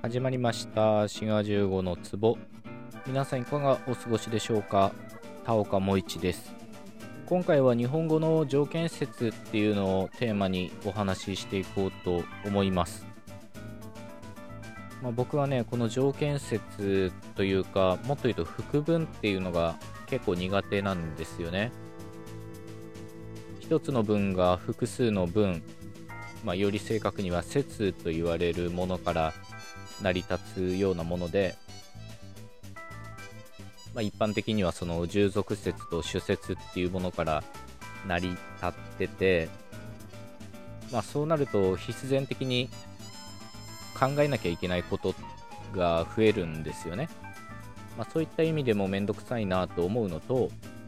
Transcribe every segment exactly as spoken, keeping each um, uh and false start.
始まりました滋賀じゅうごの壺。皆さんいかがお過ごしでしょうか。田岡萌一です。今回は日本語の条件節っていうのをテーマにお話ししていこうと思います。まあ、僕はねこの条件節というか、もっと言うと複文っていうのが結構苦手なんですよね。一つの文が複数の文、まあ、より正確には節と言われるものから成り立つようなもので、まあ、一般的にはその従属説と主説っていうものから成り立ってて、まあ、そうなると必然的に考えなきゃいけないことが増えるんですよね。まあ、そういった意味でもめんどくさいなと思うのと、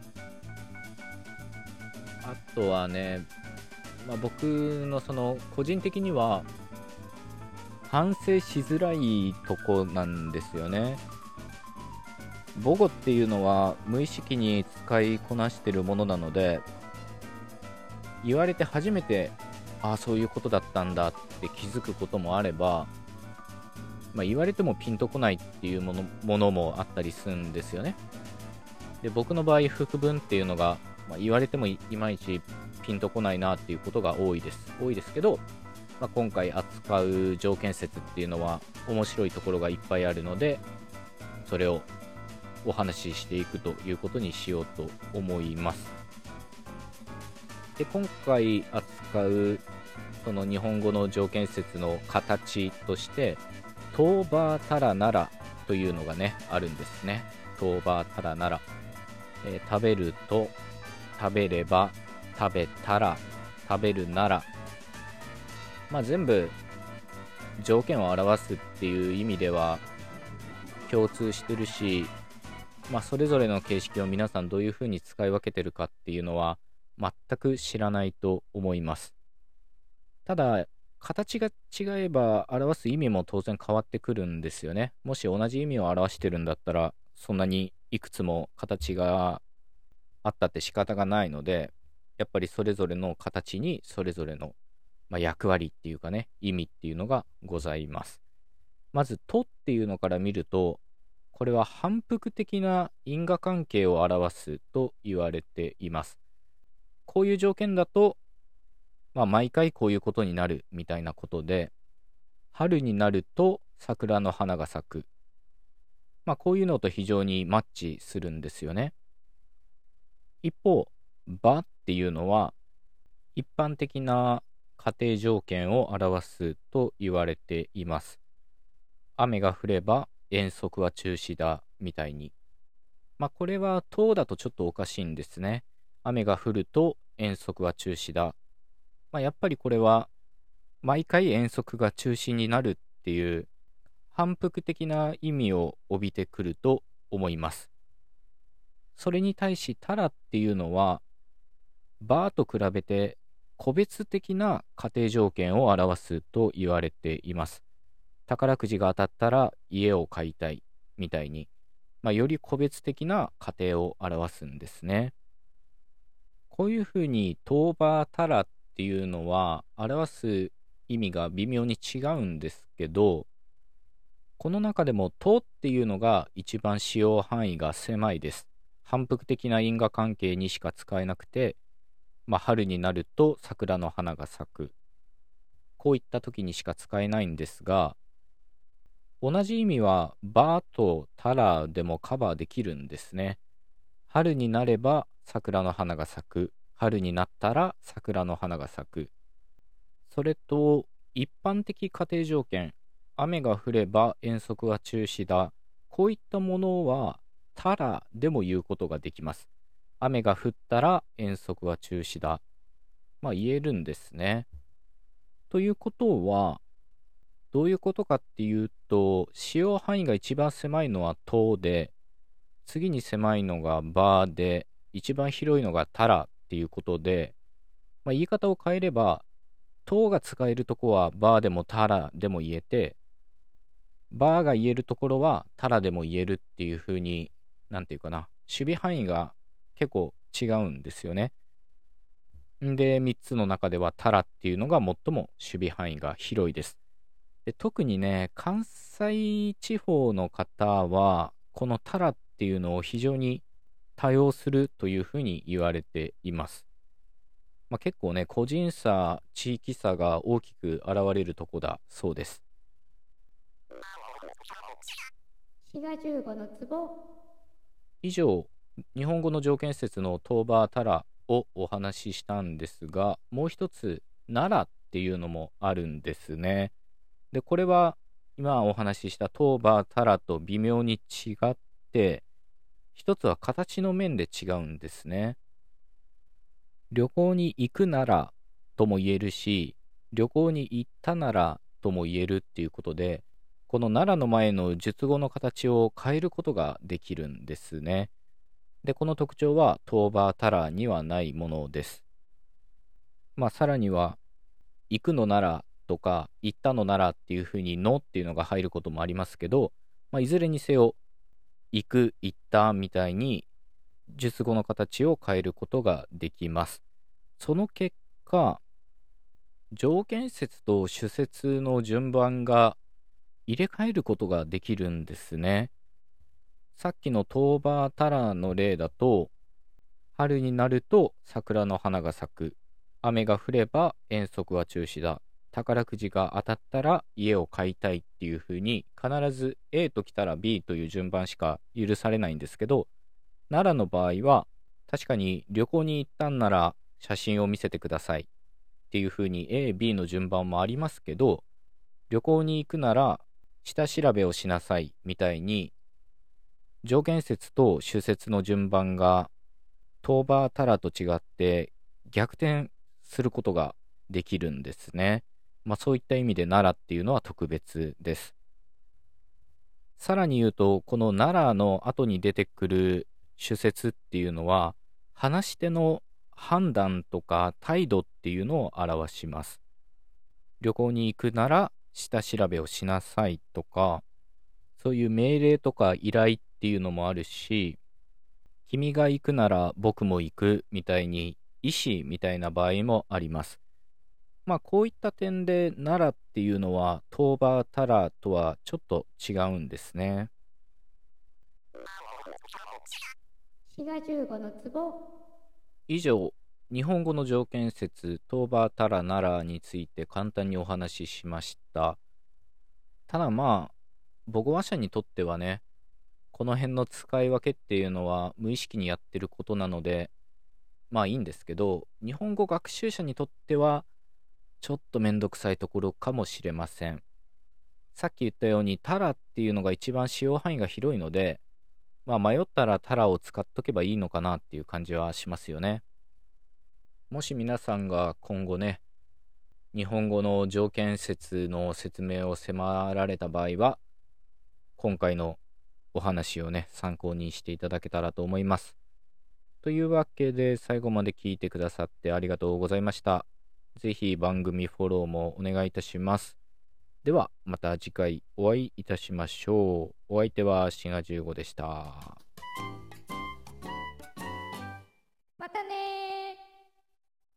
あとはね、まあ、僕のその個人的には反省しづらいとこなんですよね。母語っていうのは無意識に使いこなしてるものなので、言われて初めてああそういうことだったんだって気づくこともあれば、まあ、言われてもピンとこないっていうものものもあったりするんですよね。で僕の場合複文っていうのが、まあ、言われても い, いまいちピンとこないなっていうことが多いです多いですけど、まあ、今回扱う条件節っていうのは面白いところがいっぱいあるので、それをお話ししていくということにしようと思います。で今回扱うその日本語の条件節の形としてトーバータラナラというのがねあるんですね。トーバータラナラ、えー、食べると、食べれば、食べたら、食べるなら、まあ全部条件を表すっていう意味では共通してるし、まあそれぞれの形式を皆さんどういうふうに使い分けてるかっていうのは全く知らないと思います。ただ形が違えば表す意味も当然変わってくるんですよね。もし同じ意味を表してるんだったらそんなにいくつも形があったって仕方がないので、やっぱりそれぞれの形にそれぞれの、まあ、役割っていうかね、意味っていうのがございます。まずとっていうのから見ると、これは反復的な因果関係を表すと言われています。こういう条件だと、まあ、毎回こういうことになるみたいなことで、春になると桜の花が咲く、まあ、こういうのと非常にマッチするんですよね。一方、場っていうのは一般的な仮定条件を表すと言われています。雨が降れば遠足は中止だみたいに。まあこれは等だとちょっとおかしいんですね。雨が降ると遠足は中止だ。まあやっぱりこれは毎回遠足が中止になるっていう反復的な意味を帯びてくると思います。それに対したらっていうのはバーと比べて個別的な仮定条件を表すと言われています。宝くじが当たったら家を買いたいみたいに、まあ、より個別的な仮定を表すんですね。こういうふうにトーバータラっていうのは表す意味が微妙に違うんですけど、この中でもとっていうのが一番使用範囲が狭いです。反復的な因果関係にしか使えなくて、まあ、春になると桜の花が咲く、こういった時にしか使えないんですが、同じ意味はバーとタラでもカバーできるんですね。春になれば桜の花が咲く、春になったら桜の花が咲く。それと一般的仮定条件、雨が降れば遠足は中止だ、こういったものはタラでも言うことができます。雨が降ったら遠足は中止だ、まあ言えるんですね。ということはどういうことかっていうと、使用範囲が一番狭いのはとで、次に狭いのがばで、一番広いのがたらっていうことで、まあ、言い方を変えればとが使えるとこはばでもたらでも言えて、ばが言えるところはたらでも言えるっていう風に、なんていうかな、守備範囲が結構違うんですよね。んでみっつの中ではタラっていうのが最も守備範囲が広いです。 で、特にね、関西地方の方は、このタラっていうのを非常に多用するというふうに言われています。まあ、結構ね、個人差、地域差が大きく現れるとこだそうです。 滋賀じゅうごの壺。 以上、日本語の条件説のトーバータラをお話ししたんですが、もう一つ、奈良っていうのもあるんですね。で、これは今お話ししたトーバータラと微妙に違って、一つは形の面で違うんですね。旅行に行くならとも言えるし、旅行に行ったならとも言えるっていうことで、この奈良の前の述語の形を変えることができるんですね。で、この特徴はトーバータラにはないものです。まあ、さらには、行くのならとか、行ったのならっていうふうにのっていうのが入ることもありますけど、まあ、いずれにせよ、行く、行ったみたいに、述語の形を変えることができます。その結果、条件節と主節の順番が入れ替えることができるんですね。さっきのトーバータラの例だと、春になると桜の花が咲く。雨が降れば遠足は中止だ。宝くじが当たったら家を買いたいっていう風に、必ず A と来たら ビー という順番しか許されないんですけど、奈良の場合は確かに旅行に行ったんなら写真を見せてくださいっていう風に エービー の順番もありますけど、旅行に行くなら下調べをしなさいみたいに、条件節と主節の順番がトーバータラと違って逆転することができるんですね。まあ、そういった意味で奈良っていうのは特別です。さらに言うと、この奈良の後に出てくる主節っていうのは、話し手の判断とか態度っていうのを表します。旅行に行くなら下調べをしなさいとか、そういう命令とか依頼っていうのもあるし、君が行くなら僕も行くみたいに意思みたいな場合もあります。まあこういった点で奈良っていうのはトーバータラとはちょっと違うんですね。 滋賀じゅうごの壺。 以上、日本語の条件節トーバータラ奈良について簡単にお話ししました。ただまあ母語話者にとってはね、この辺の使い分けっていうのは無意識にやってることなので、まあいいんですけど、日本語学習者にとってはちょっとめんどくさいところかもしれません。さっき言ったようにタラっていうのが一番使用範囲が広いので、まあ迷ったらタラを使っとけばいいのかなっていう感じはしますよね。もし皆さんが今後ね、日本語の条件節の説明を迫られた場合は、今回のお話をね、参考にしていただけたらと思います。というわけで、最後まで聞いてくださってありがとうございました。ぜひ番組フォローもお願いいたします。では、また次回お会いいたしましょう。お相手はしがじゅうごでした。